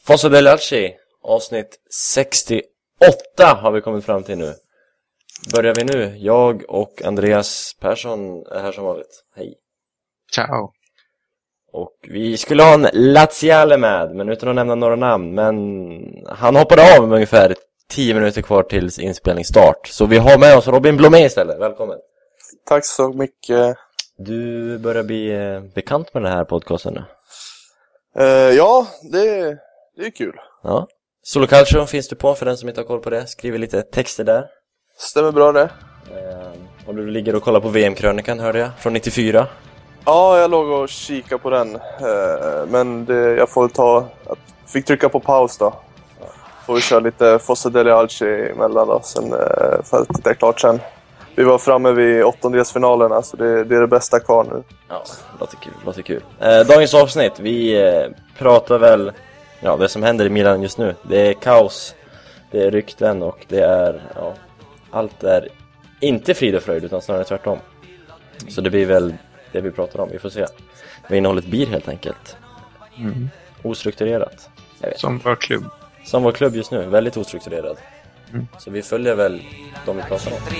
Fossa del Alci, avsnitt 68 har vi kommit fram till nu. Börjar vi nu? Jag och Andreas Persson är här som vanligt. Hej. Ciao. Och vi skulle ha en Laziale med, men utan att nämna några namn. Men han hoppade av med ungefär 10 minuter kvar till inspelningsstart. Så vi har med oss Robin Blomé istället. Välkommen. Tack så mycket. Du börjar bli bekant med den här podcasten nu. Ja, det är kul. Ja. Solo Calcio finns du på för den som inte har koll på det. Skriver lite texter där. Stämmer bra det. Och du ligger och kollar på VM-krönikan, hörde jag, från 94. Ja, jag låg och kika på den. Men jag får fick trycka på paus då. Får vi köra lite Fossa del Alci emellan då. Sen för att titta klart sen. Vi var framme vid åttondelsfinalerna, så det är det bästa kvar nu. Ja, låter kul. Dagens avsnitt, vi pratar väl det som händer i Milan just nu. Det är kaos, det är rykten och det är, allt är inte frid och fröjd utan snarare tvärtom. Så det blir väl det vi pratar om, vi får se. Vad innehållet blir helt enkelt. Ostrukturerat. Som vår klubb. Som vår klubb just nu, väldigt ostrukturerad. Så vi följer väl de vi pratar om.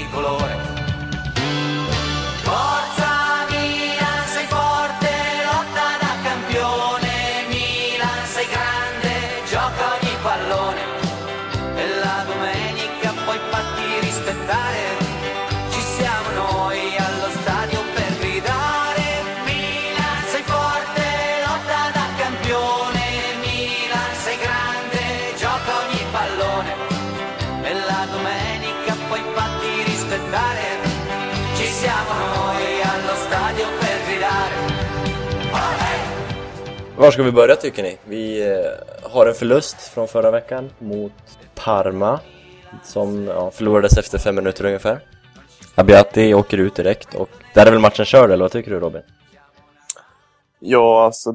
Var ska vi börja tycker ni? Vi har en förlust från förra veckan mot Parma som förlorades efter 5 minuter ungefär. Abbiati åker ut direkt och där är väl matchen körd, eller vad tycker du, Robin? Ja, alltså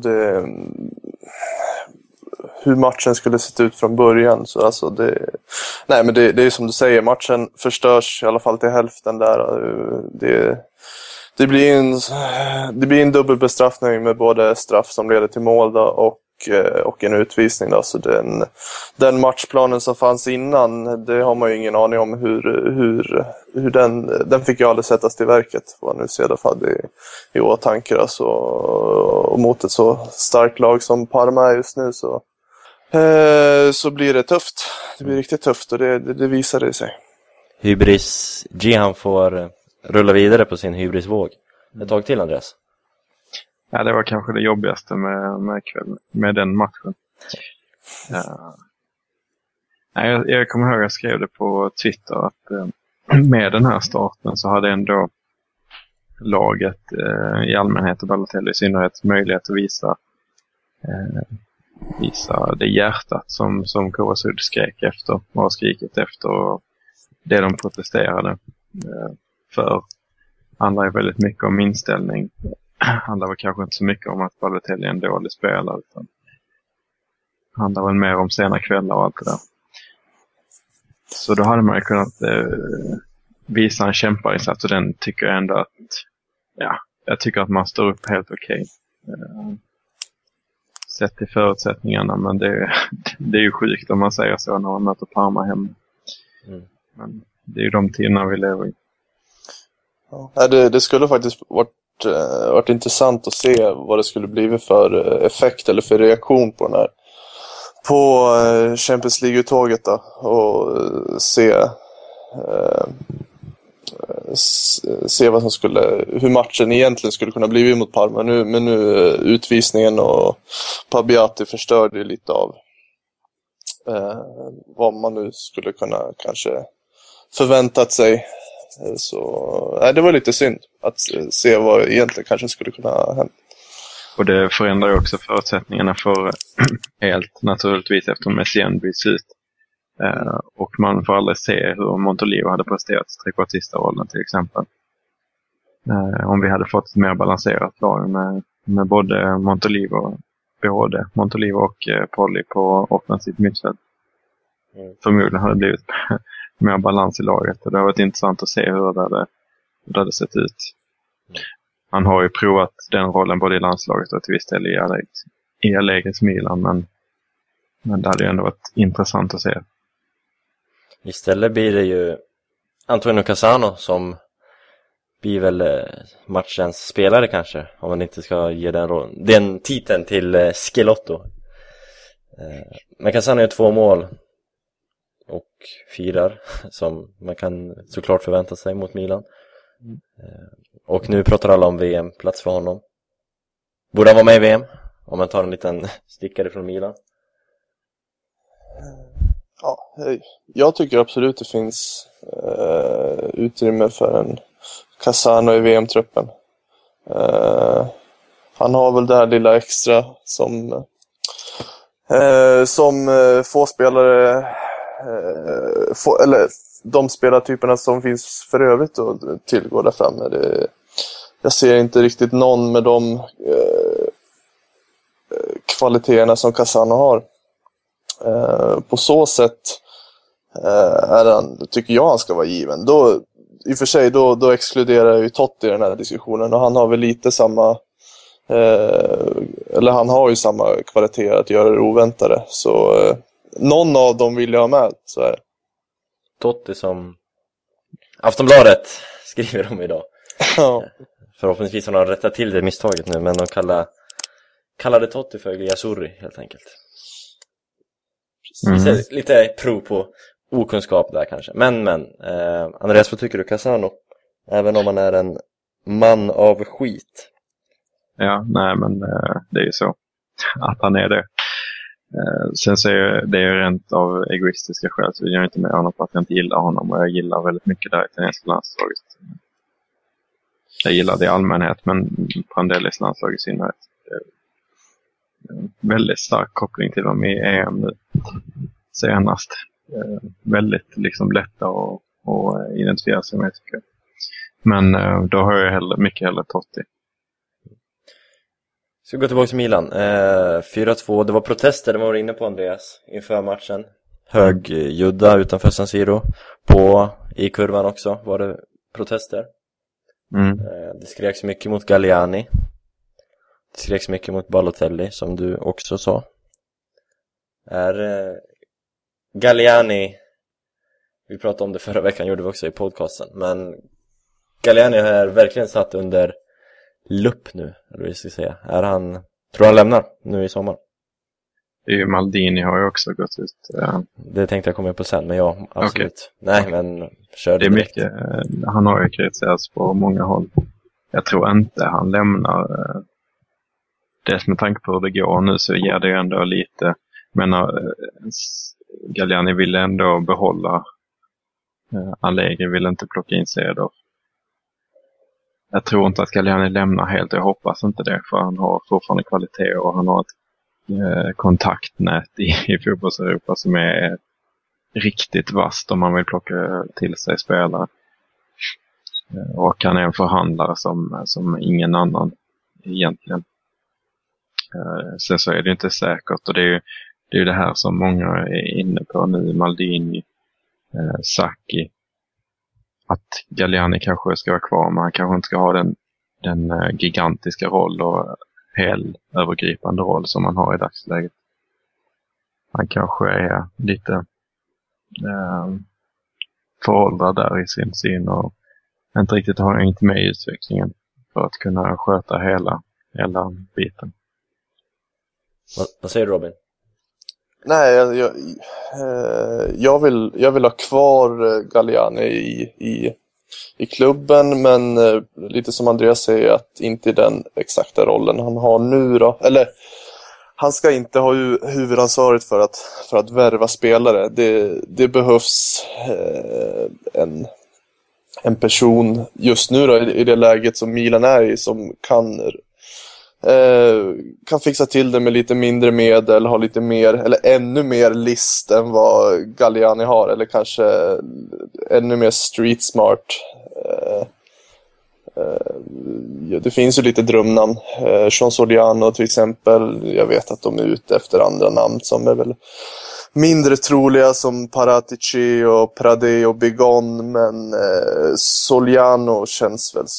hur matchen skulle sett ut från början, så alltså det är som du säger, matchen förstörs i alla fall till hälften där. Det blir en dubbelbestraffning med både straff som leder till mål då, och en utvisning då. Så den matchplanen som fanns innan, det har man ju ingen aning om hur den fick ju aldrig sättas till verket, vad nu ser i alla fall i åtanke alltså. Och mot ett så starkt lag som Parma är just nu så blir det tufft. Det blir riktigt tufft och det visar det sig. Hybris Gian får rulla vidare på sin hybrisvåg ett tag till, Andreas. Ja, det var kanske det jobbigaste med den matchen. Jag kommer ihåg att jag skrev det på Twitter att med den här starten så hade ändå laget i allmänhet och Balotelli i synnerhet möjlighet att visa det hjärtat som Kåresud skrek efter och har skrikit efter, och det de protesterade för handlar ju väldigt mycket om inställning. Handlar väl kanske inte så mycket om att Balotelli är en dålig spelare, utan handlar väl mer om sena kvällar och allt det där. Så då hade man ju kunnat visa en kämparinsats, och den tycker jag ändå att jag tycker att man står upp helt okej. Sett till förutsättningarna, men det är ju sjukt om man säger så när man möter Parma hemma. Men det är ju de tiderna vi lever i. Ja, det skulle faktiskt varit intressant att se vad det skulle bli för effekt eller för reaktion på den här på Champions League-uttåget då, och se vad som hur matchen egentligen skulle kunna bli mot Parma nu, men nu utvisningen och Abbiati förstörde ju lite av vad man nu skulle kunna kanske förväntat sig. Så det var lite synd att se vad egentligen kanske skulle kunna hända. Och det förändrar ju också förutsättningarna för helt naturligtvis eftersom Messiaen byts ut. Och man får aldrig se hur Montolivo hade presterat i trekvartista-rollen till exempel. Om vi hade fått ett mer balanserat lag med både Montolivo och Polly på offensivt mittfält. Förmodligen hade det blivit mer balans i laget, och det har varit intressant att se hur det hade sett ut. Han har ju provat den rollen både i landslaget och till viss del i Allegris Milan, men Men det hade ju ändå varit intressant att se. Istället blir det ju Antonio Cassano som blir väl matchens spelare kanske, om man inte ska ge den titeln till Schelotto. Men Cassano gör 2 mål och firar, som man kan såklart förvänta sig mot Milan. Och nu pratar alla om VM-plats för honom. Borde han vara med i VM? Om man tar en liten stickare från Milan. Ja, jag tycker absolut det finns utrymme för en Cassano i VM-truppen. Han har väl det här lilla extra som få spelare eller de spelartyperna som finns för övrigt att tillgå där framme. Jag ser inte riktigt någon med de kvaliteterna som Cassano har. På så sätt tycker jag han ska vara given. I och för sig då exkluderar ju Totti i den här diskussionen, och han har väl lite samma eller han har ju samma kvaliteter att göra det oväntade, så någon av dem vill jag ha med, så är det. Totti som Aftonbladet skriver om idag. Ja. Förhoppningsvis har de rättat till det misstaget nu, men de kallade Totti för Gliasurri helt enkelt. Lite prov på okunskap där kanske. Men Andreas, vad tycker du Cassano? Även om han är en man av skit. Ja, nej men det är ju så att han är det. Sen så är det ju rent av egoistiska skäl, så jag är inte med honom för att jag inte gillar honom, och jag gillar väldigt mycket det italienska landslaget. Jag gillar det i allmänhet, men Prandellis landslag i synnerhet. Väldigt stark koppling till dem i EM nu senast. Väldigt liksom lätta att identifiera sig med, tycker jag. Men då har jag mycket hellre Totti. Ska vi gå tillbaka till Milan. 4-2, det var protester, det var inne på Andreas inför matchen. Högljudda utanför San Siro. I kurvan också var det protester. Det skreks mycket mot Galliani. Det skreks mycket mot Balotelli, som du också sa. Galliani, vi pratade om det förra veckan, gjorde vi också i podcasten, men Galliani är verkligen satt under lupp nu, eller vad jag ska säga. Tror han lämnar nu i sommar? Maldini har ju också gått ut. Det tänkte jag komma på sen, men ja, absolut. Okay. Nej, men kör det direkt. Mycket, han har ju kritiserats på många håll. Jag tror inte han lämnar. Det med tanke på hur det går nu så ger det ju ändå lite. Men Galliani ville ändå behålla. Allegri vill inte plocka in sig då. Jag tror inte att Galliani lämnar helt. Jag hoppas inte det, för han har fortfarande kvalitet och han har ett kontaktnät i fotbolls-Europa som är riktigt vast om man vill plocka till sig spelare. Och han är en förhandlare som ingen annan egentligen. Sen så är det inte säkert, och det är ju det här som många är inne på nu, Maldini, Sacchi, att Galliani kanske ska vara kvar, men han kanske inte ska ha den gigantiska roll och övergripande roll som man har i dagsläget. Han kanske är lite föråldrad där i sin syn och inte riktigt har hängt med i utvecklingen för att kunna sköta hela biten. Vad säger du, Robin? Nej, jag vill ha kvar Galliani i klubben, men lite som Andreas säger, att inte i den exakta rollen han har nu då. Eller han ska inte ha huvudansvaret för att värva spelare. Det behövs en person just nu då, i det läget som Milan är i, som kan fixa till det med lite mindre medel, ha lite mer eller ännu mer list än vad Galliani har, eller kanske ännu mer street smart. Det finns ju lite drömnamn. Sean Soliano till exempel. Jag vet att de är ute efter andra namn som är väl mindre troliga, som Paratici och Prade och Bigon, men Soliano känns väl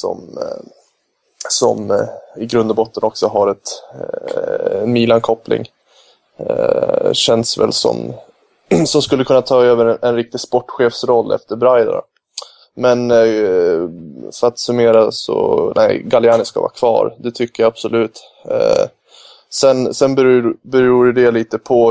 som i grund och botten också har en Milan-koppling. Känns väl som skulle kunna ta över en riktig sportchefsroll efter Braida. Men för att summera så, nej, Galliani ska vara kvar. Det tycker jag absolut. Sen beror det lite på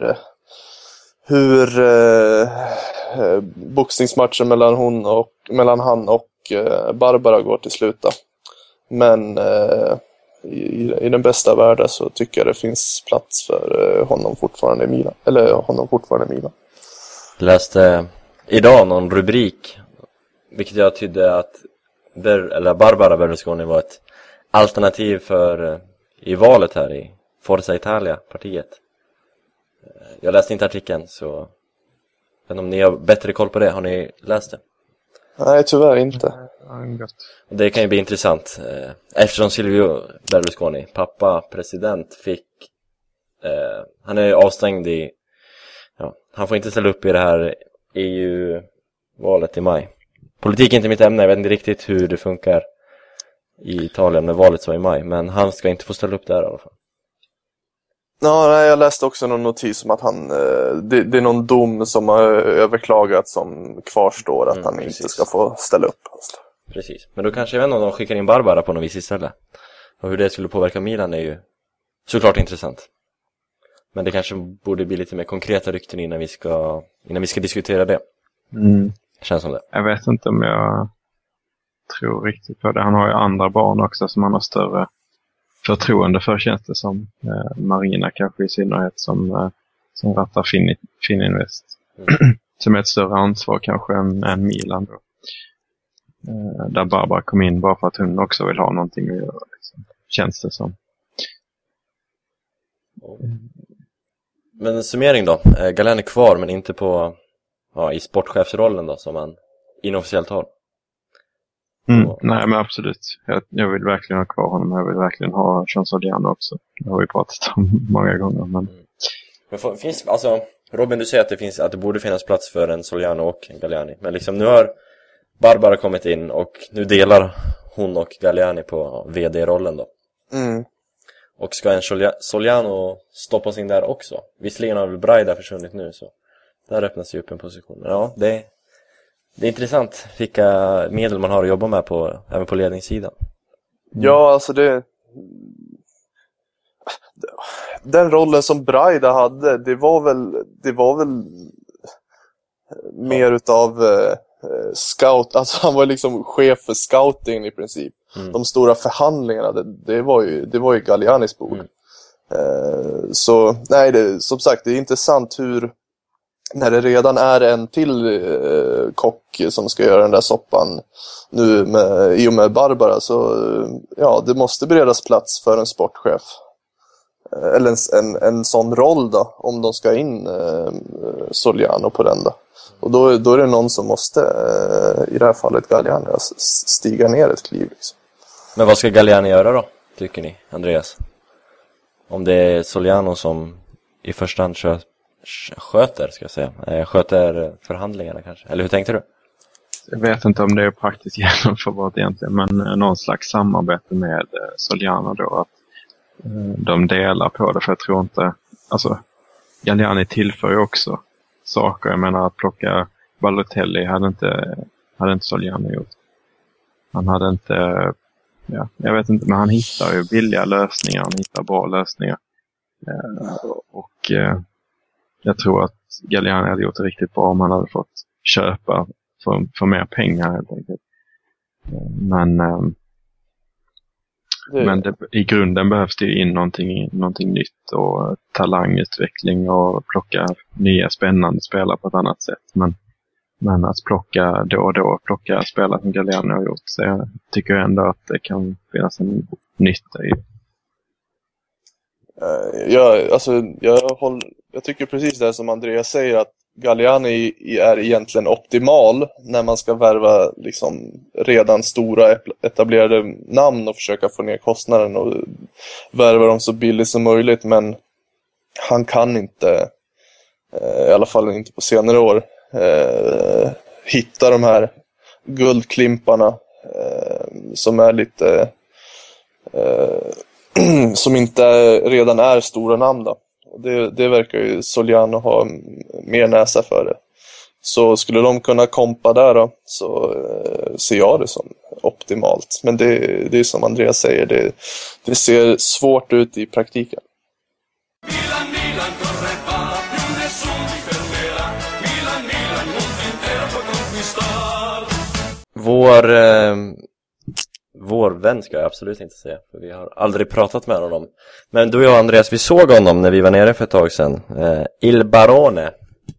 hur boxningsmatchen mellan han och Barbara går till slut då. Men i den bästa världen så tycker jag det finns plats för honom fortfarande i Milan. Eller honom fortfarande i Milan. Jag läste idag någon rubrik, vilket jag tydde att Barbara Berlusconi var ett alternativ för i valet här i Forza Italia-partiet. Jag läste inte artikeln, så jag vet inte om ni har bättre koll på det. Har ni läst det? Nej, tyvärr inte. Det kan ju bli intressant. Eftersom Silvio Berlusconi, pappa, president, han är avstängd han får inte ställa upp i det här EU-valet i maj. Politik är inte mitt ämne, jag vet inte riktigt hur det funkar i Italien när valet var i maj. Men han ska inte få ställa upp där i alla fall. Nej, jag läste också någon notis om att det är någon dom som har överklagats som kvarstår att han precis. inte ska få ställa upp. Precis, men då kanske jag vet inte om de skickar in Barbara på något vis istället. Och hur det skulle påverka Milan är ju såklart intressant. Men det kanske borde bli lite mer konkreta rykten innan vi ska diskutera det. Känns som det. Jag vet inte om jag tror riktigt på det. Han har ju andra barn också som han har större förtroende för, känns det som. Marina kanske i synnerhet som rattar Fininvest. Som är ett större ansvar kanske än Milan då. Där Barbara kom in bara för att hon också vill ha någonting att göra. Liksom. Känns det som. Men en summering då. Galliani kvar men inte i sportchefsrollen då som han inofficiellt har. Nej, men absolut. Jag vill verkligen ha kvar honom. Jag vill verkligen ha Sean Soriano också. Det har vi pratat om många gånger. Men finns, alltså, Robin, du säger att det borde finnas plats för en Soriano och en Galliani. Men liksom nu har Barbara kommit in och nu delar hon och Galliani på vd-rollen då. Och ska en Soriano stoppas in där också? Visserligen har väl Braida försvunnit nu, så där öppnas ju upp en position. Ja, det är intressant vilka medel man har att jobba med även på ledningssidan. Ja, alltså den rollen som Braida hade, det var väl mer utav scout, alltså han var liksom chef för scouting i princip. De stora förhandlingarna, det var ju Gallianis bord. Så nej, som sagt, det är intressant hur när det redan är en till kock som ska göra den där soppan nu i och med Barbara, så ja, det måste beredas plats för en sportchef. Eller en sån roll då, om de ska in Soriano på den då. Och då är det någon som måste, i det här fallet Galliani, stiga ner ett kliv liksom. Men vad ska Galliani göra då, tycker ni, Andreas? Om det är Soriano som i första hand sköter förhandlingarna kanske. Eller hur tänkte du? Jag vet inte om det är praktiskt genomförbart egentligen, men någon slags samarbete med Soriano då, att de delar på det, för jag tror inte, alltså Galliani tillför ju också saker. Jag menar, att plocka Balotelli hade inte Soriano gjort. Han hade inte, jag vet inte, men han hittar ju billiga lösningar, han hittar bra lösningar. Och jag tror att Galliani hade gjort det riktigt bra om han hade fått köpa för mer pengar helt enkelt. Men i grunden behövs det ju in någonting nytt och talangutveckling och plocka nya spännande spelare på ett annat sätt. Men att plocka spelare som Galliani har gjort, så jag tycker ändå att det kan finnas en nytta i. Jag tycker precis det som Andreas säger, att Galliani är egentligen optimal när man ska värva liksom redan stora etablerade namn och försöka få ner kostnaden och värva dem så billigt som möjligt, men han kan inte, i alla fall inte på senare år, hitta de här guldklimparna som är lite som inte redan är stora namn då. Det verkar ju Soliano ha mer näsa för det. Så skulle de kunna kompa där då, så ser jag det som optimalt. Men det är som Andreas säger, det ser svårt ut i praktiken. Vår vän ska jag absolut inte säga, för vi har aldrig pratat med honom. Men du och jag, Andreas, vi såg honom när vi var nere för ett tag sedan. Il Barone.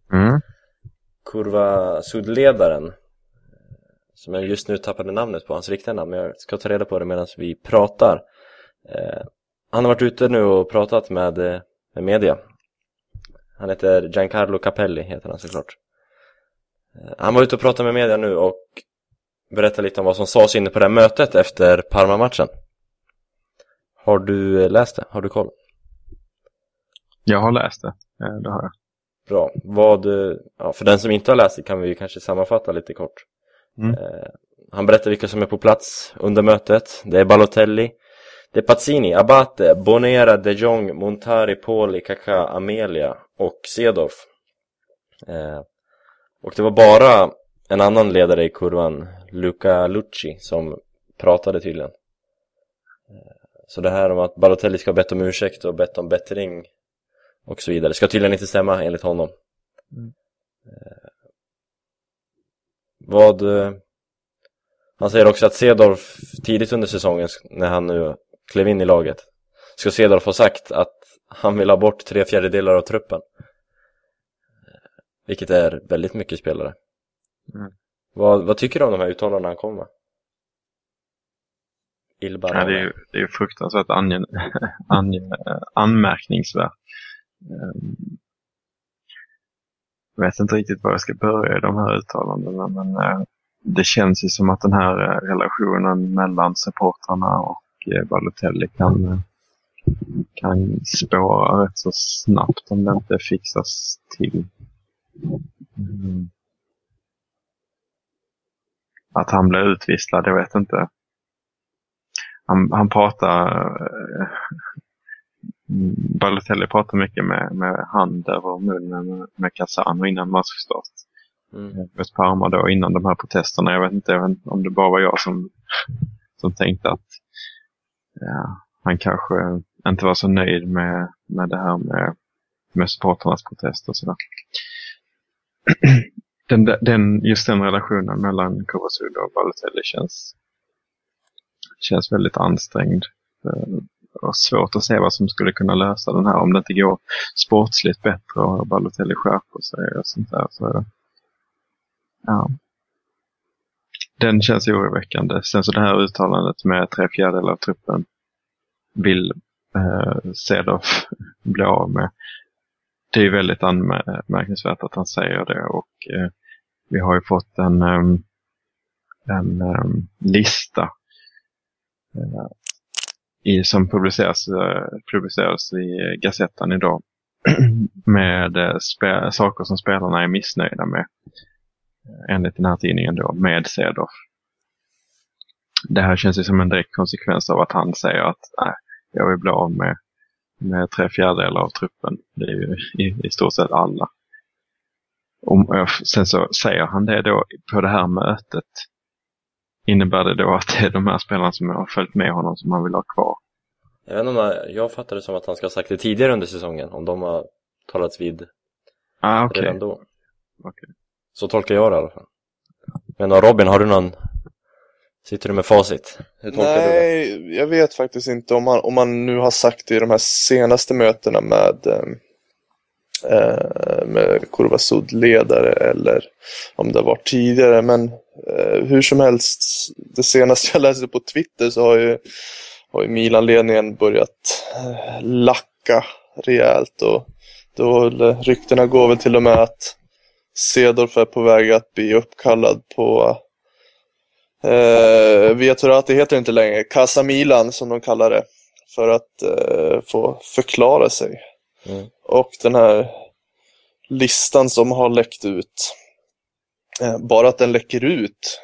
Curva Sud-ledaren, som jag just nu tappade namnet på, hans riktiga namn, men jag ska ta reda på det medan vi pratar. Han har varit ute nu och pratat med media. Han heter Giancarlo Capelli, heter han såklart. Han var ute och pratade med media nu och berättade lite om vad som sades inne på det här mötet efter Parma-matchen. Har du läst det? Har du koll? Jag har läst det, det har jag. Bra. För den som inte har läst det kan vi ju kanske sammanfatta lite kort. Han berättar vilka som är på plats under mötet. Det är Balotelli, det är Pazzini, Abate, Bonera, De Jong, Montari, Poli, Kaká, Amelia och Seedorf. Och det var bara en annan ledare i kurvan, Luca Lucci, som pratade tydligen. Så det här om att Balotelli ska ha bett om ursäkt och bett om bättring och så vidare ska tydligen inte stämma enligt honom. Han säger också att Seedorf tidigt under säsongen, när han nu klev in i laget, ska Seedorf ha sagt att han vill ha bort 3/4 av truppen. Vilket är väldigt mycket spelare. Vad tycker du om de här uttalandena han kom med? Ja, det är ju fruktansvärt anmärkningsvärt. Jag vet inte riktigt var jag ska börja i de här uttalandena, men det känns ju som att den här relationen mellan supportrarna och Balotelli kan spåra rätt så snabbt om det inte fixas till. Att han blir utvisslad, jag vet inte. Han pratar... Balotelli pratar mycket med hand över munnen med Kazan och innan matchstart. Just Parma då, innan de här protesterna. Jag vet inte om det bara var jag som tänkte att han kanske inte var så nöjd med det här med supporternas protester och sådär. Just den relationen mellan Kovacic och Balotelli känns väldigt ansträngd. Och svårt att se vad som skulle kunna lösa den här om det inte går sportsligt bättre och Balotelli skärper sig och sånt där. Så, ja. Den känns oroväckande. Sen så det här uttalandet med 3/4 av truppen vill Seedorf bli av med. Det är väldigt anmärkningsvärt att han säger det, och vi har ju fått en lista som publiceras i Gazettan idag med saker som spelarna är missnöjda med, enligt den här tidningen då, med Seedorf. Det här känns ju som en direkt konsekvens av att han säger att jag vill bli av med 3/4 av truppen. Det är ju i stort sett alla. Och sen så säger han det då på det här mötet. Innebär det då att det är de här spelarna som har följt med honom som han vill ha kvar? Jag vet inte, jag fattar det som att han ska ha sagt det tidigare under säsongen, om de har talats vid redan då. Okay. Så tolkar jag det i alla fall. Men Robin, har du sitter du med facit? Hur tolkar du det? Nej, jag vet faktiskt inte om man nu har sagt det i de här senaste mötena med Curva Sud-ledare eller om det var tidigare, men hur som helst, det senaste jag läste på Twitter så har ju Milan-ledningen börjat lacka rejält, och då ryktena går väl till och med att Seedorf är på väg att bli uppkallad på Via Turati heter det inte längre, Casa Milan som de kallar det, för att få förklara sig. Och den här listan som har läckt ut, bara att den läcker ut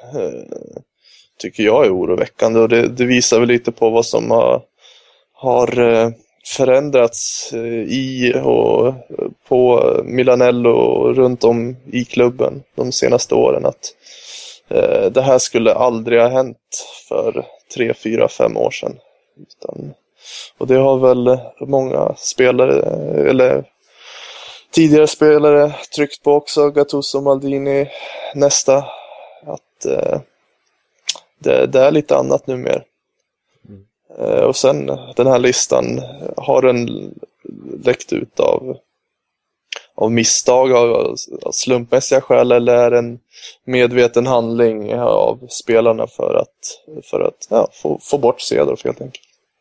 tycker jag är oroväckande, och det visar väl lite på vad som har förändrats i och på Milanello och runt om i klubben de senaste åren, att det här skulle aldrig ha hänt för 3, 4, 5 år sedan. Och det har väl många spelare, eller tidigare spelare, tryckt på också. Gattuso, Maldini, nästa. Att det är lite annat numera. Och sen den här listan, har den läckt ut av misstag, av slumpmässiga skäl, eller är en medveten handling av spelarna för att få bort Seedorf helt enkelt?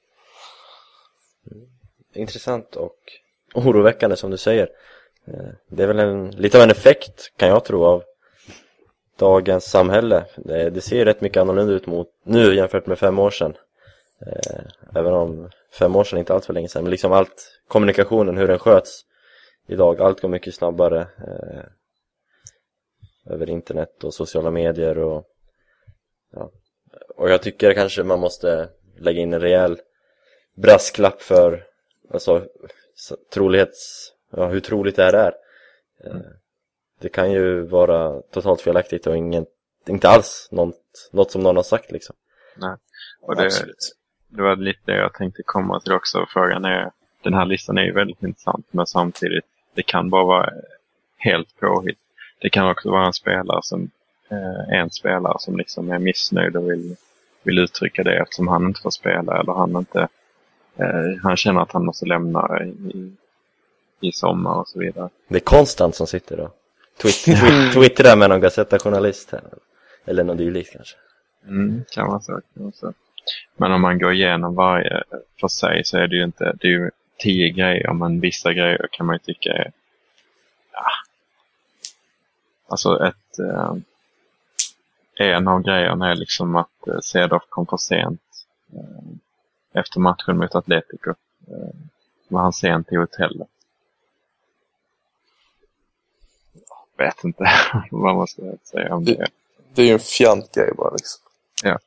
Intressant och oroväckande som du säger. Det är väl lite av en effekt, kan jag tro, av dagens samhälle. Det ser rätt mycket annorlunda ut mot nu jämfört med 5 år sedan. Även om 5 år sedan inte allt för länge sedan. Men liksom allt, kommunikationen, hur den sköts idag, allt går mycket snabbare över internet och sociala medier och jag tycker kanske man måste lägga in en rejäl brasklapp för alltså hur troligt det här är. Det kan ju vara totalt felaktigt och inte alls något som någon har sagt liksom. Nej. Och det var lite det jag tänkte komma till också. Frågan är, den här listan är ju väldigt intressant, men samtidigt, det kan bara vara helt påhitt. Det kan också vara en spelare som liksom är missnöjd och vill uttrycka det eftersom han inte får spela, eller han känner att han måste lämna i sommar och så vidare. Det är Konstant som sitter då. Twittrar med någon Gazzetta-journalist här. Eller någon dylikt kanske. Kan man säga. Men om man går igenom varje för sig så är det ju inte, det är ju 10 grejer, men vissa grejer kan man ju tycka är alltså en av grejerna är liksom att Seedorf kom för sent efter matchen mot Atletico. Var han sent i hotellet. Jag vet inte vad man ska säga om det. Det är ju en fjantgrej bara liksom. Ja.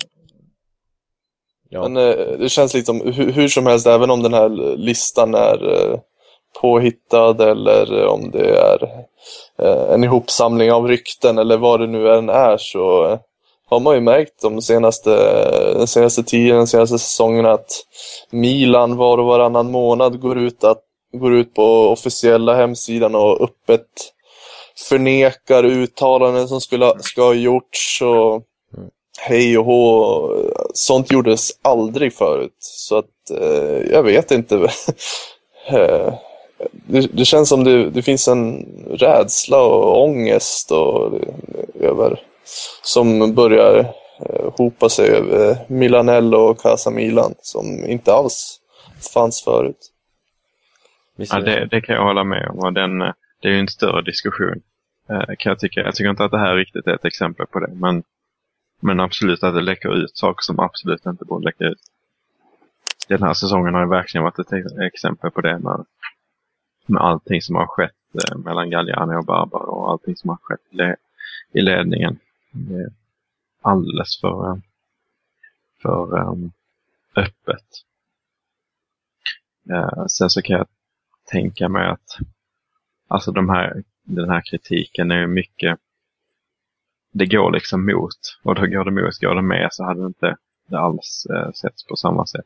Men det känns liksom hur som helst, även om den här listan är påhittad eller om det är en ihopsamling av rykten eller vad det nu än är, så har man ju märkt den senaste säsongen att Milan var och varannan månad går ut på officiella hemsidan och öppet förnekar uttalanden som ska ha gjorts och hej och hå. Sånt gjordes aldrig förut. Så att jag vet inte. Det känns som det finns en rädsla och ångest som börjar hopa sig över Milanello och Casa Milan, som inte alls fanns förut. Ja, det kan jag hålla med om. Och det är ju en större diskussion. Jag tycker inte att det här riktigt är ett exempel på det. Men absolut att det läcker ut saker som absolut inte borde läcka ut. Den här säsongen har ju verkligen varit ett exempel på det med allting som har skett mellan Galliani och Barbaro och allting som har skett i ledningen. Det är alldeles för öppet. Sen så kan jag tänka mig att alltså den här kritiken är ju mycket, det går liksom mot, och då går det med, så hade inte det alls setts på samma sätt.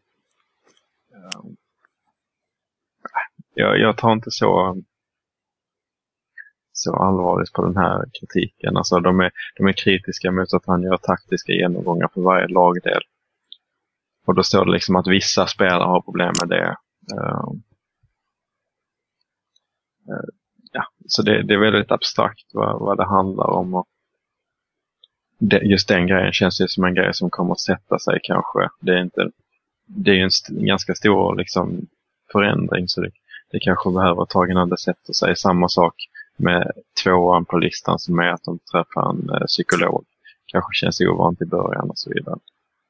Jag tar inte så allvarligt på den här kritiken. Alltså de är kritiska mot att han gör taktiska genomgångar för varje lagdel. Och då står det liksom att vissa spelare har problem med det. Så det är väldigt abstrakt vad det handlar om. Och just den grejen känns ju som en grej som kommer att sätta sig kanske. Det är ju en ganska stor liksom förändring, så det kanske behöver ta innan det sätter sig. Samma sak med 2:an på listan som är att de träffar en psykolog. Kanske känns ovant i början och så vidare.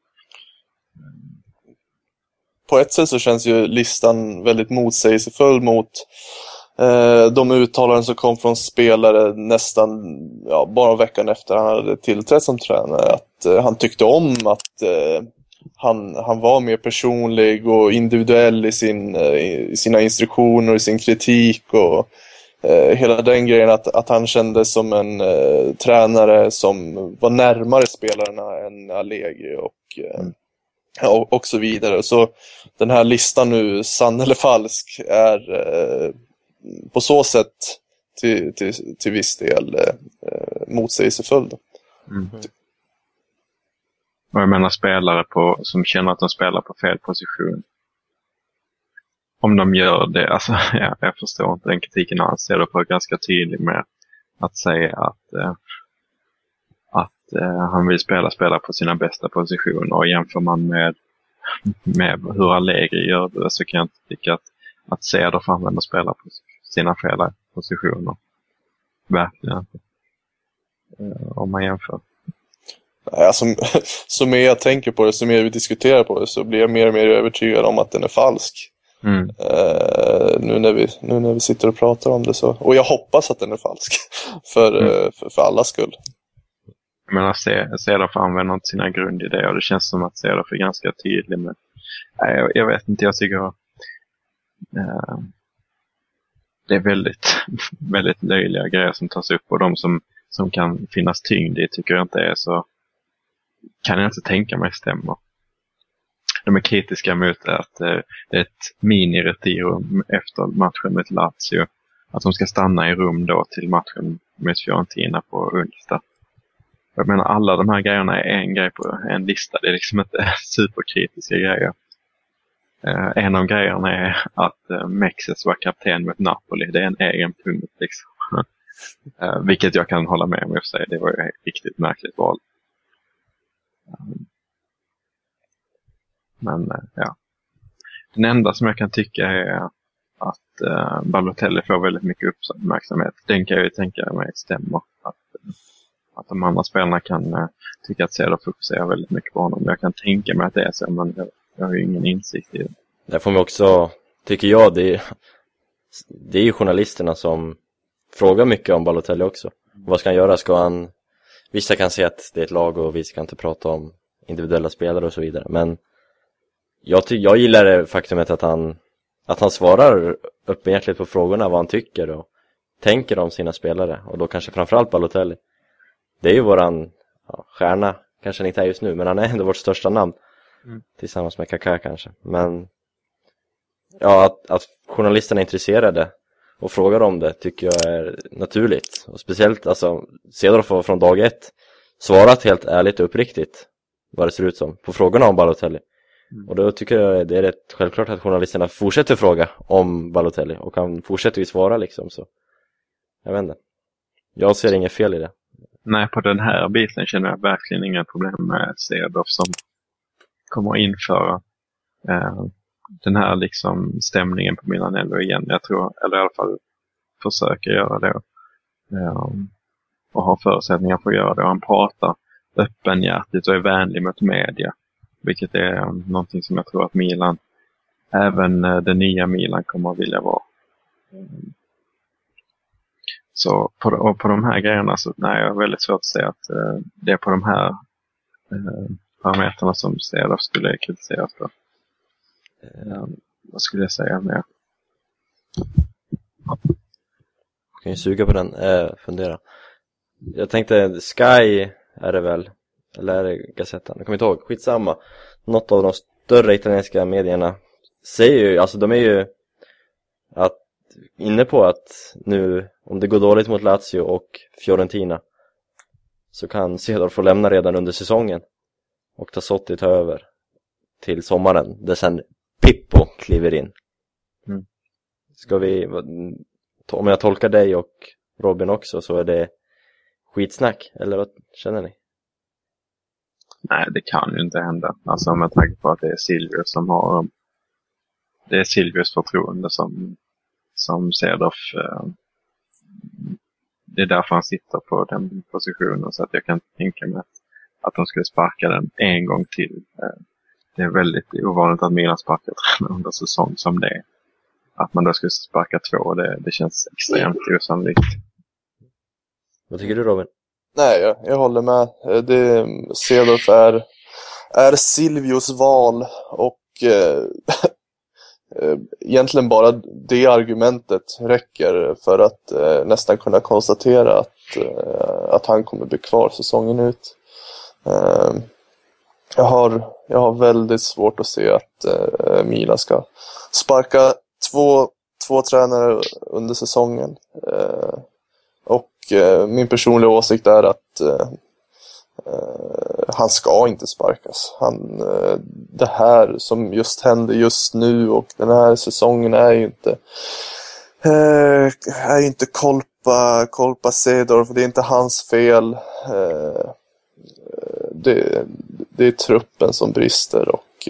På ett sätt så känns ju listan väldigt motsägelsefull mot de uttalanden som kom från spelare nästan bara veckan efter han hade tillträtt som tränare. Att han tyckte om han var mer personlig och individuell i sina instruktioner och i sin kritik och hela den grejen att han kändes som en tränare som var närmare spelarna än Allegri och så vidare. Så den här listan nu, sann eller falsk, är på så sätt till viss del motsägelsefull. Och jag menar spelare som känner att de spelar på fel position. Om de gör det, alltså jag förstår inte den kritiken alls. Jag är då ganska tydlig med att säga att han vill spela på sina bästa positioner, och jämför man med hur Allegri gör det, så kan jag inte tycka att Cedorf använder spela på sina fel positioner. Verkligen inte. Om man jämför. Alltså, så mer jag tänker på det, så mer vi diskuterar på det, så blir jag mer och mer övertygad om att den är falsk. Nu när vi sitter och pratar om det så. Och jag hoppas att den är falsk. För allas skull. Jag menar, Cedorf använder inte sina grundidéer. Det känns som att Cedorf är ganska tydlig med. Jag vet inte, jag tycker det är väldigt, väldigt löjliga grejer som tas upp, och de som kan finnas tyngd i tycker jag inte är så, kan jag inte tänka mig stämmer. De är kritiska mot att det är ett mini-retiro efter matchen med Lazio, att de ska stanna i rum då till matchen med Fiorentina på onsdag. Jag menar, alla de här grejerna är en grej på en lista. Det är liksom inte superkritiska grejer. En av grejerna är att Mexes var kapten mot Napoli. Det är en egen punkt liksom. Vilket jag kan hålla med om i och för sig. Det var ju ett riktigt märkligt val. Men ja. Den enda som jag kan tycka är att Balotelli får väldigt mycket uppmärksamhet. Den kan jag ju tänka mig stämmer. Att de andra spelarna kan tycka att Cedorf fokuserar väldigt mycket på honom. Jag kan tänka mig att det är så, men jag har ju ingen insikt i det. Där får man också, tycker jag, det är ju journalisterna som frågar mycket om Balotelli också. Vad ska han göra? Vissa kan säga att det är ett lag och vi ska inte prata om individuella spelare och så vidare. Men jag gillar det faktumet att han svarar öppenhjärtigt på frågorna, vad han tycker och tänker om sina spelare. Och då kanske framförallt Balotelli. Det är ju våran stjärna, kanske han inte är just nu, men han är ändå vårt största namn. Tillsammans med Kaká kanske. Men ja, att journalisterna är intresserade och frågar om det tycker jag är naturligt. Och speciellt, alltså, Cedorf har från dag ett svarat helt ärligt och uppriktigt vad det ser ut som på frågorna om Balotelli. Och då tycker jag det är rätt självklart att journalisterna fortsätter fråga om Balotelli och han fortsätter ju svara liksom, så jag vet inte. Jag ser inget fel i det. Nej, på den här biten känner jag verkligen inga problem med Cedorf som kommer att införa den här liksom stämningen på Milanello igen. Jag tror, eller i alla fall försöker göra det och har förutsättningar för att göra det. Och han pratar öppenhjärtigt och är vänlig mot media, vilket är någonting som jag tror att Milan, även det nya Milan, kommer att vilja vara. Så på de här grejerna så nej, jag har väldigt svårt att säga att det är på de här parametrarna som Cedorf skulle kritiseras för. Vad skulle jag säga mer? Jag kan ju suga på den, fundera. Jag tänkte Sky är det väl, eller är det Gazzetta? Jag kommer inte ihåg, skitsamma. Något av de större italienska medierna säger ju, alltså de är ju inne på att nu, om det går dåligt mot Lazio och Fiorentina, så kan Cedorf få lämna redan under säsongen och Tassotti ta över till sommaren, där sen Pippo kliver in. Ska vi, om jag tolkar dig och Robin också, så är det skitsnack, eller vad känner ni? Nej, det kan ju inte hända. Alltså med tanke på att det är Silvius som har, det är Silvius förtroende som Cedorf, det är därför han sitter på den positionen, så att jag kan tänka mig att de skulle sparka den en gång till. Det är väldigt ovanligt att Milan sparkar tränare under säsong som det är. Att man då skulle sparka två, det känns extremt osannolikt. Vad tycker du, Robin? Nej, jag håller med. Cedorf är Silvios val och egentligen bara det argumentet räcker för att nästan kunna konstatera att han kommer bli kvar säsongen ut. Jag har väldigt svårt att se att Milan ska sparka två tränare under säsongen. Och min personliga åsikt är att han ska inte sparkas. Det här som just händer just nu och den här säsongen är ju inte Kolpa Seedorf. Det är inte hans fel. Det är truppen som brister och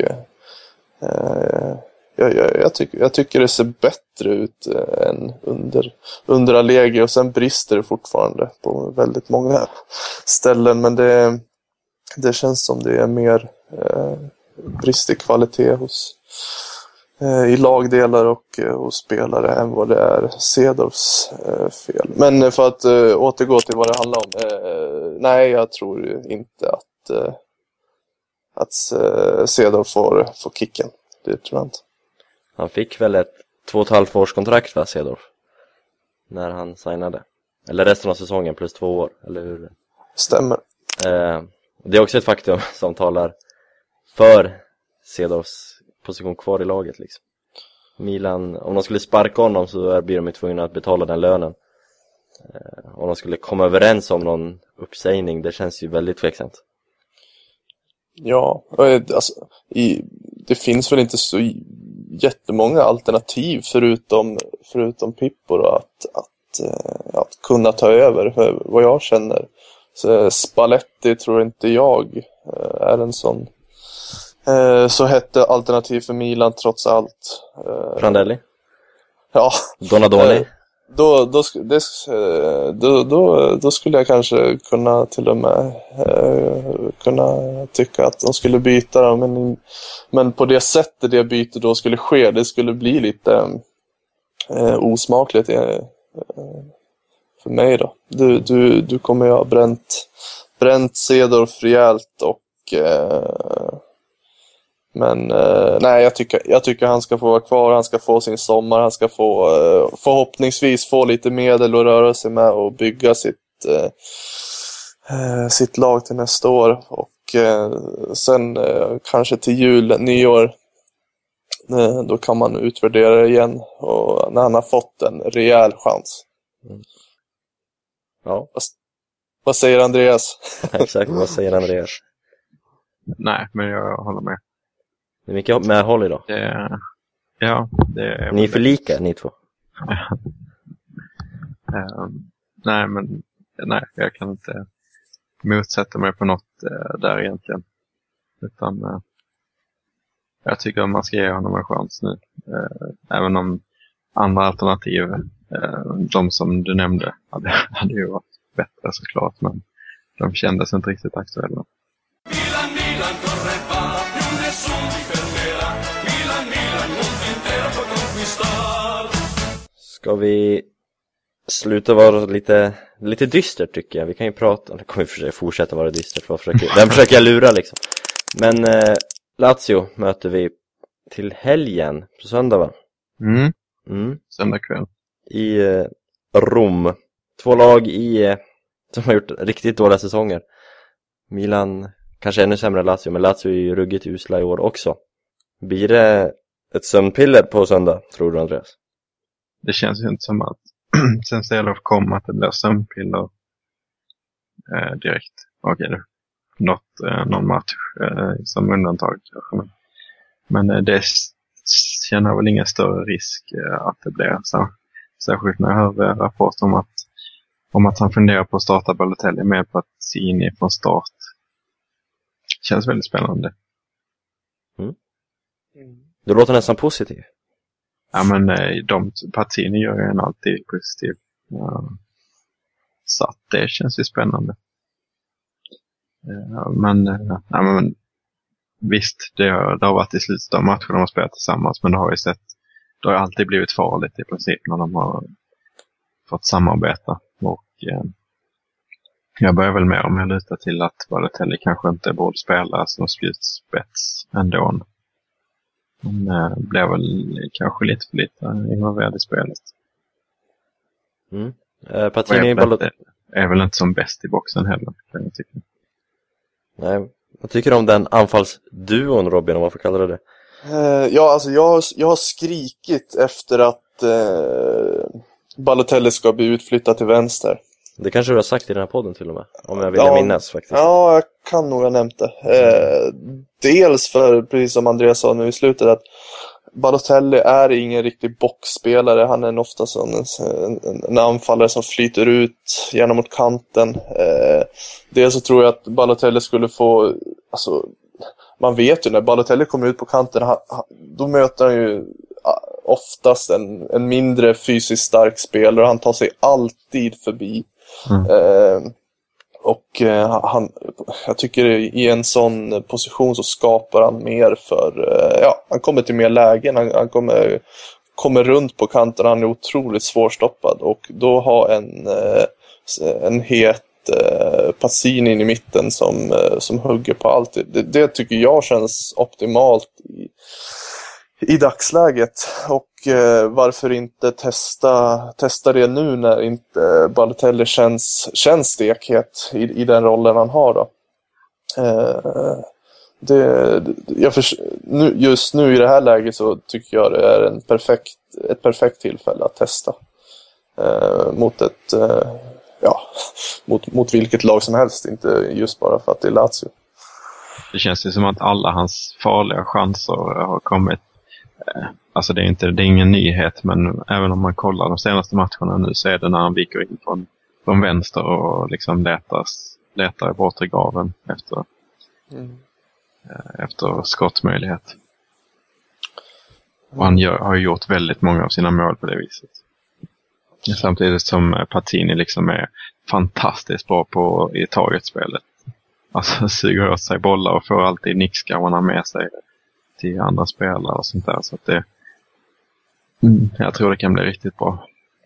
jag tycker det ser bättre ut än under Allegri, och sen brister det fortfarande på väldigt många ställen, men det känns som det är mer brist i kvalitet i lagdelar och hos spelare än vad det är Seedorfs fel. Men för att återgå till vad det handlar om, nej, jag tror inte att Seedorf får kicken. Det tror jag inte. Han fick väl ett 2,5 års kontrakt, va, Seedorf? När han signade. Eller resten av säsongen plus 2 år, eller hur? Stämmer. Det är också ett faktum som talar för Seedorfs position kvar i laget liksom. Milan, om de skulle sparka honom så blir de tvungna att betala den lönen. Om de skulle komma överens om någon uppsägning, det känns ju väldigt tveksamt. Ja, alltså, det finns väl inte så jättemånga alternativ förutom Pippo då, att kunna ta över, vad jag känner. Så Spalletti tror inte jag är en sån så hette alternativ för Milan trots allt. Prandelli? Ja. Donadoni? Då skulle jag kanske kunna till och med kunna tycka att de skulle byta dem, men på det sättet det byte då skulle ske, det skulle bli lite osmakligt för mig då. Du kommer ju ha bränt Seedorf rejält och men nej, jag tycker han ska få vara kvar, han ska få sin sommar, han ska få förhoppningsvis få lite medel att röra sig med och bygga sitt lag till nästa år, och sen kanske till jul, nyår, då kan man utvärdera det igen, och när han har fått en rejäl chans. Ja. Vad säger Andreas? Exakt, vad säger Andreas? Nej, men jag håller med. Det är mycket medhåll idag. Ni är för lika, ni två. Nej, jag kan inte motsätta mig på något där egentligen. Utan jag tycker att man ska ge honom en chans nu. Även om andra alternativ, de som du nämnde, hade ju varit bättre såklart, men de kändes inte riktigt aktuella. Milan corre va, più nessuno ti fermerà. Milan, mondo intero può conquistar. Ska vi sluta vara lite dystert, tycker jag. Vi kan ju prata, det kommer vi fortsätta vara dystert. Den försöker jag lura liksom. Men Lazio möter vi till helgen på söndag, va? Söndag kväll. I Rom. 2 lag som har gjort riktigt dåliga säsonger. Milan kanske ännu sämre än Lazio, men Lazio är ju ruggigt usla i år också. Blir det ett sömnpiller på söndag, tror du, Andreas? Det känns ju inte som att sen Seedorf kom att det blir sömnpiller direkt. Okej, någon match som undantag kanske. Men det känner väl ingen större risk att det blir så. Särskilt när jag hör rapport om att han funderar på att starta Balotelli med på att se in från start. Känns väldigt spännande. Du låter nästan positiv. Ja, men Pazzini gör ju en alltid positiv. Ja. Så att det känns ju spännande. Men visst, det har varit i slutet av matchen de har spelat tillsammans, men det har alltid blivit farligt i princip när de har fått samarbeta. Och Jag börjar väl med om jag lutar till att Balotelli kanske inte borde spela som spjutspets ändå. Men blev väl kanske lite för lite involverad i spelet. Patini är väl inte som bäst i boxen heller, kan jag tycka. Nej, vad tycker du om den anfallsduon, Robin, om man får kalla det? Ja, alltså jag har skrikit efter att Balotelli ska bli utflyttad till vänster. Det kanske du har sagt i den här podden till och med, om jag vill minnas faktiskt. Ja, jag kan nog ha nämnt det. Dels för, precis som Andreas sa nu i slutet, att Balotelli är ingen riktig boxspelare. Han är ofta som en anfallare som flyter ut gärna mot kanten. Dels så tror jag att Balotelli skulle få... Alltså, man vet ju när Balotelli kommer ut på kanten, då möter han ju oftast en mindre fysiskt stark spelare. Han tar sig alltid förbi. Jag tycker i en sån position så skapar han mer för... han kommer till mer lägen. Han kommer runt på kanten. Han är otroligt svårstoppad. Och då ha en het Pazzini in i mitten som hugger på allt. Det tycker jag känns optimalt i dagsläget. Och varför inte testa det nu när inte Balotelli känns stekhet i den rollen han har då. Just nu i det här läget så tycker jag det är ett perfekt tillfälle att testa mot vilket lag som helst, inte just bara för att det är Lazio. Det känns ju som att alla hans farliga chanser har kommit. Alltså det är ingen nyhet, men även om man kollar de senaste matcherna nu så är det när han viker in från vänster och liksom letar i bortre graven efter skottmöjlighet. Och han har gjort väldigt många av sina mål på det viset. Samtidigt som Patini liksom är fantastiskt bra i targetspelet. Alltså suger åt sig bollar och får alltid nickskarvarna med sig till andra spelare och sånt där. Så att jag tror det kan bli riktigt bra.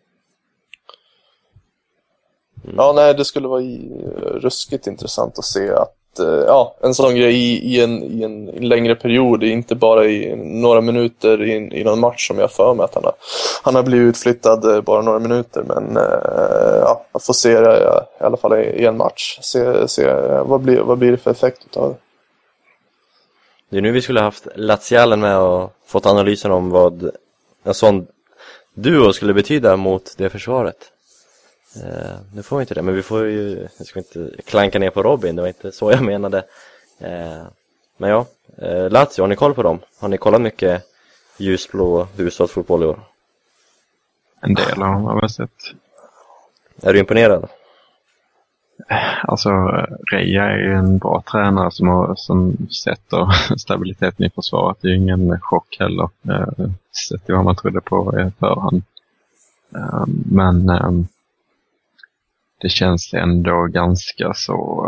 Ja, nej, det skulle vara ruskigt intressant att se att en sån grej i en längre period, inte bara i några minuter i någon match som jag för mig att han har blivit utflyttad bara några minuter, men att få se det i alla fall i en match, se vad blir det för effekt utav det. Det är nu vi skulle haft Lazialen med och fått analysen om vad en sån duo skulle betyda mot det försvaret. Nu får vi inte det, men jag ska inte klanka ner på Robin, det var inte så jag menade. Men ja, Lazio, har ni koll på dem? Har ni kollat mycket ljusblå husstadsfotboll i år? En del har jag sett. Är du imponerad? Alltså, Reja är ju en bra tränare som sätter stabiliteten i försvaret. Det är ju ingen chock heller, sett till vad man trodde på i förhand. Men det känns ändå ganska så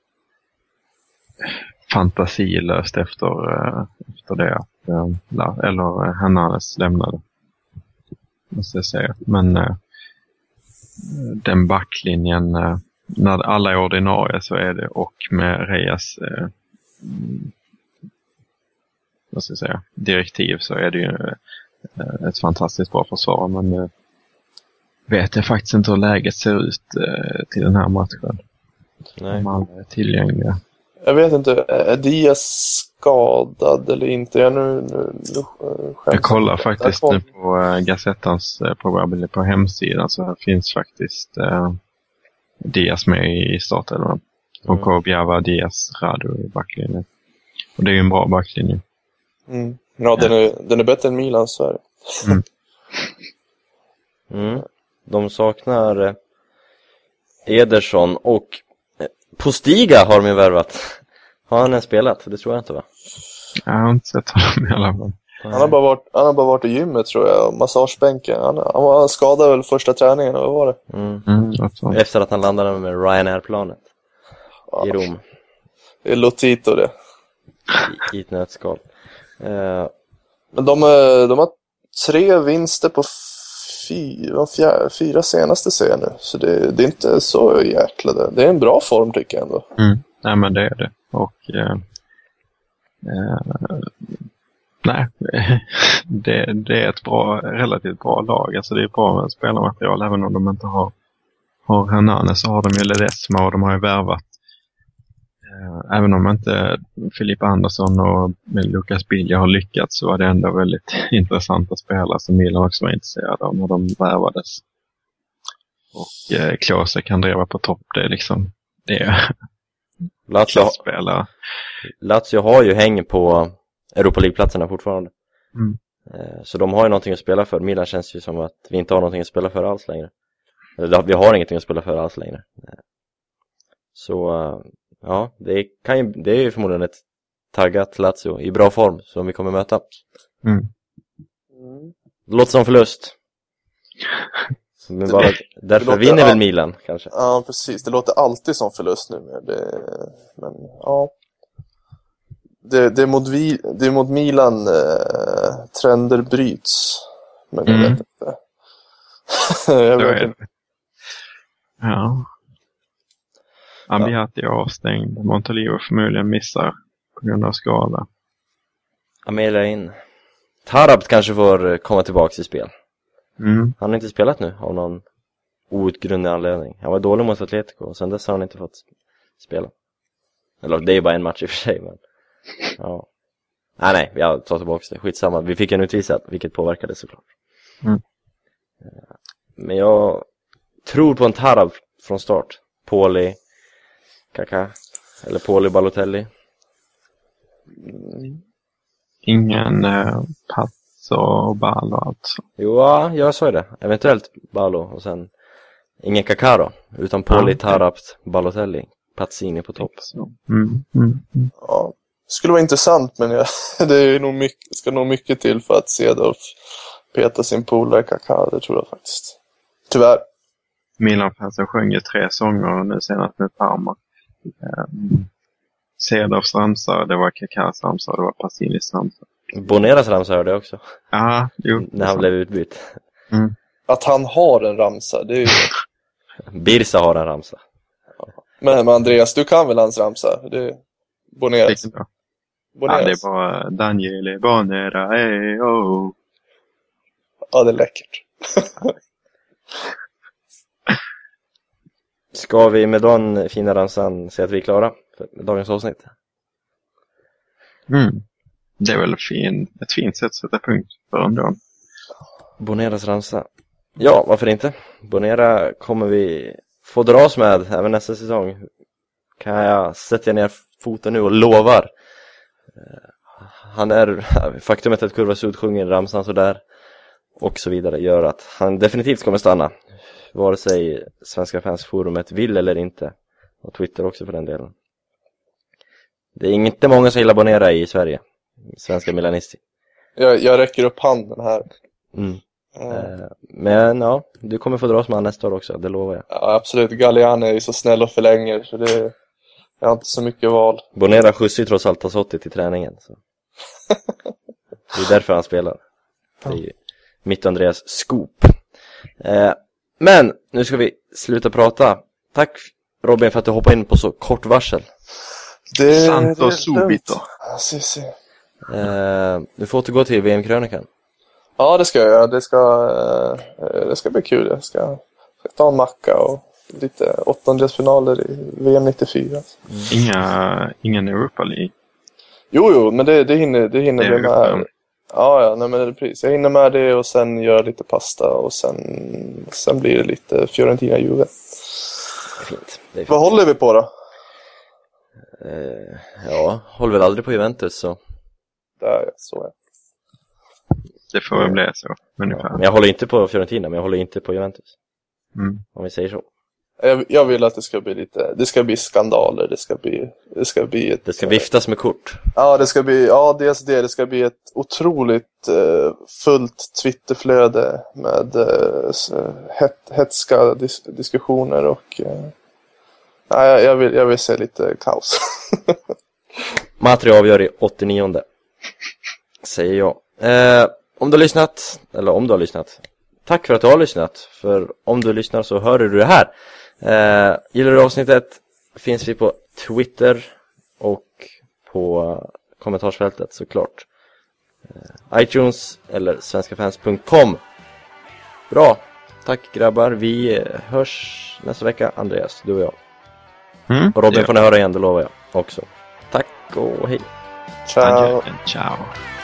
fantasilöst efter det att Hernanes lämnade, måste jag säga. Men den backlinjen, när alla är ordinarie så är det, och med Rejas måste jag säga, direktiv, så är det ju ett fantastiskt bra försvar. Men vet jag faktiskt inte hur läget ser ut till den här matchen. Nej. Om alla är tillgängliga. Jag vet inte, är Diaz skadad eller inte? Jag kollar faktiskt nu på Gazettans på hemsidan, så här finns faktiskt Diaz med i startelvan. Och Kobiava, Diaz, Radu i backlinjen. Och det är ju en bra backlinje. Mm. Ja, den är bättre än Milan, så är det. De saknar Ederson och Postiga har de ju värvat. Har han ens spelat? Det tror jag inte, va? Jag har inte sett honom i alla fall. Han har bara varit i gymmet, tror jag, massagebänken. Han skadade väl första träningen, eller vad var det? Efter att han landade med Ryanair-planet i Rom. Det är Lotito det. I ett nötskal. Men de har 3 vinster på fyra senaste ser jag nu. Så det är inte så jäkla det. Det är en bra form tycker jag ändå. Nej, men det är det. Och nej, det är ett relativt bra lag. Alltså det är bra spelarmaterial. Även om de inte har Hernanes, så har de ju Ledesma och de har ju värvat. Även om inte Filip Andersson och Lukas Bilja har lyckats, så var det ändå väldigt intressanta spelare som Milan också var intresserade av när de värvades. Och Klose kan driva på topp, det är liksom det. Lazio har ju häng på Europa League-platserna fortfarande. Så de har ju någonting att spela för. Milan känns ju som att vi inte har någonting att spela för alls längre. Eller vi har ingenting att spela för alls längre. Så ja, det är ju förmodligen ett taggat Lazio i bra form som vi kommer möta. Det låter som förlust. Men bara därför vinner väl Milan kanske. Ja, precis. Det låter alltid som förlust nu. Men ja. Det är mot Milan trender bryts. Men jag vet inte. Jag vet inte. Ja. Ambiati är avstängd. Montolivo förmodligen missar på grund av skada. Amelia in. Tarabt kanske får komma tillbaka i spel. Han har inte spelat nu av någon outgrundlig anledning. Han var dålig mot Atletico och sen dess har han inte fått spela. Eller det är bara en match i och för sig, men ja. Nej, jag tar tillbaka det. Skitsamma. Vi fick en utvisad, vilket påverkade såklart. Men jag tror på en Tarab från start. Poli, Kaká eller Poli, Balotelli. Ingen Pazzo och Balo alltså. Jo, jag sa det. Eventuellt Balo och sen ingen Kaká då. Utan Poli, Tarab, Balotelli. Pazzini på topp. Ja, det skulle vara intressant, men det är nog ska nog mycket till för att Cedorf peta sin polare Kaká, det tror jag faktiskt. Tyvärr. Milan-fansen sjöng ju 3 sånger nu senast med Parma. Cedorfs ramsa, det var Kakás ramsa, det var Pazzinis ramsa. Boneras ramsa hörde jag också. Ja, jo. När han blev utbytt. Att han har en ramsa, det är ju... Birsa har en ramsa. Men Andreas, du kan väl hans ramsa? Det är Boneras. Ja, det är bara Daniele Bonera, oh. Ja, det är läckert. Ska vi med den fina ramsan säga att vi är klara för dagens avsnitt? Det är väl ett fint sätt att sätta punkt för ändå. Boneras ramsa. Ja, varför inte? Bonera kommer vi få dras med även nästa säsong. Kan jag sätta ner foten nu och lovar. Han är faktumet att Kurva Sud sjunger ramsan så där och så vidare gör att han definitivt kommer stanna. Vare sig Svenska fansforumet vill eller inte. Och Twitter också för den delen. Det är inte många som gillar Bonera i Sverige. Svenska milanister. Jag räcker upp handen här. Men ja, du kommer få dras med han nästa år också, det lovar jag. Ja, absolut. Galliani är ju så snäll och förlänger, så jag har inte så mycket val. Bonera skjutsar ju trots allt Tassotti till träningen. Så. Det är därför han spelar. Det är ju mitt och Andreas scoop. Men nu ska vi sluta prata. Tack Robin för att du hoppade in på så kort varsel. Santo subito. Du får återgå till VM-krönikan. Ja, det ska jag göra. Det ska bli kul. Jag ska ta en macka och lite åttondelsfinaler i VM 94. Ingen Europa League. Jo, men det hinner vi med. Ja, nej, men det är precis. Jag hinner med det och sen göra lite pasta och sen blir det lite Fiorentina-Juve. Fint. Vad håller vi på då? Ja, håller väl aldrig på Juventus så. Där, så är. Det får väl bli så. Men jag håller inte på Fiorentina, men jag håller inte på Juventus. Om vi säger så. Jag vill att det ska bli skandaler, det ska viftas med kort. Ja, det ska bli ett otroligt fullt Twitterflöde med hetska diskussioner och jag vill se lite kaos. Matri avgör i 89:e. Säger jag. Om du har lyssnat tack för att du har lyssnat. För om du lyssnar så hör du det här. Gillar du avsnittet finns vi på Twitter och på kommentarsfältet såklart. iTunes eller svenskafans.com. Bra, tack grabbar. Vi hörs nästa vecka, Andreas, du och jag. Och Robin får ni höra igen, det lovar jag också. Tack och hej. Ciao. Ciao.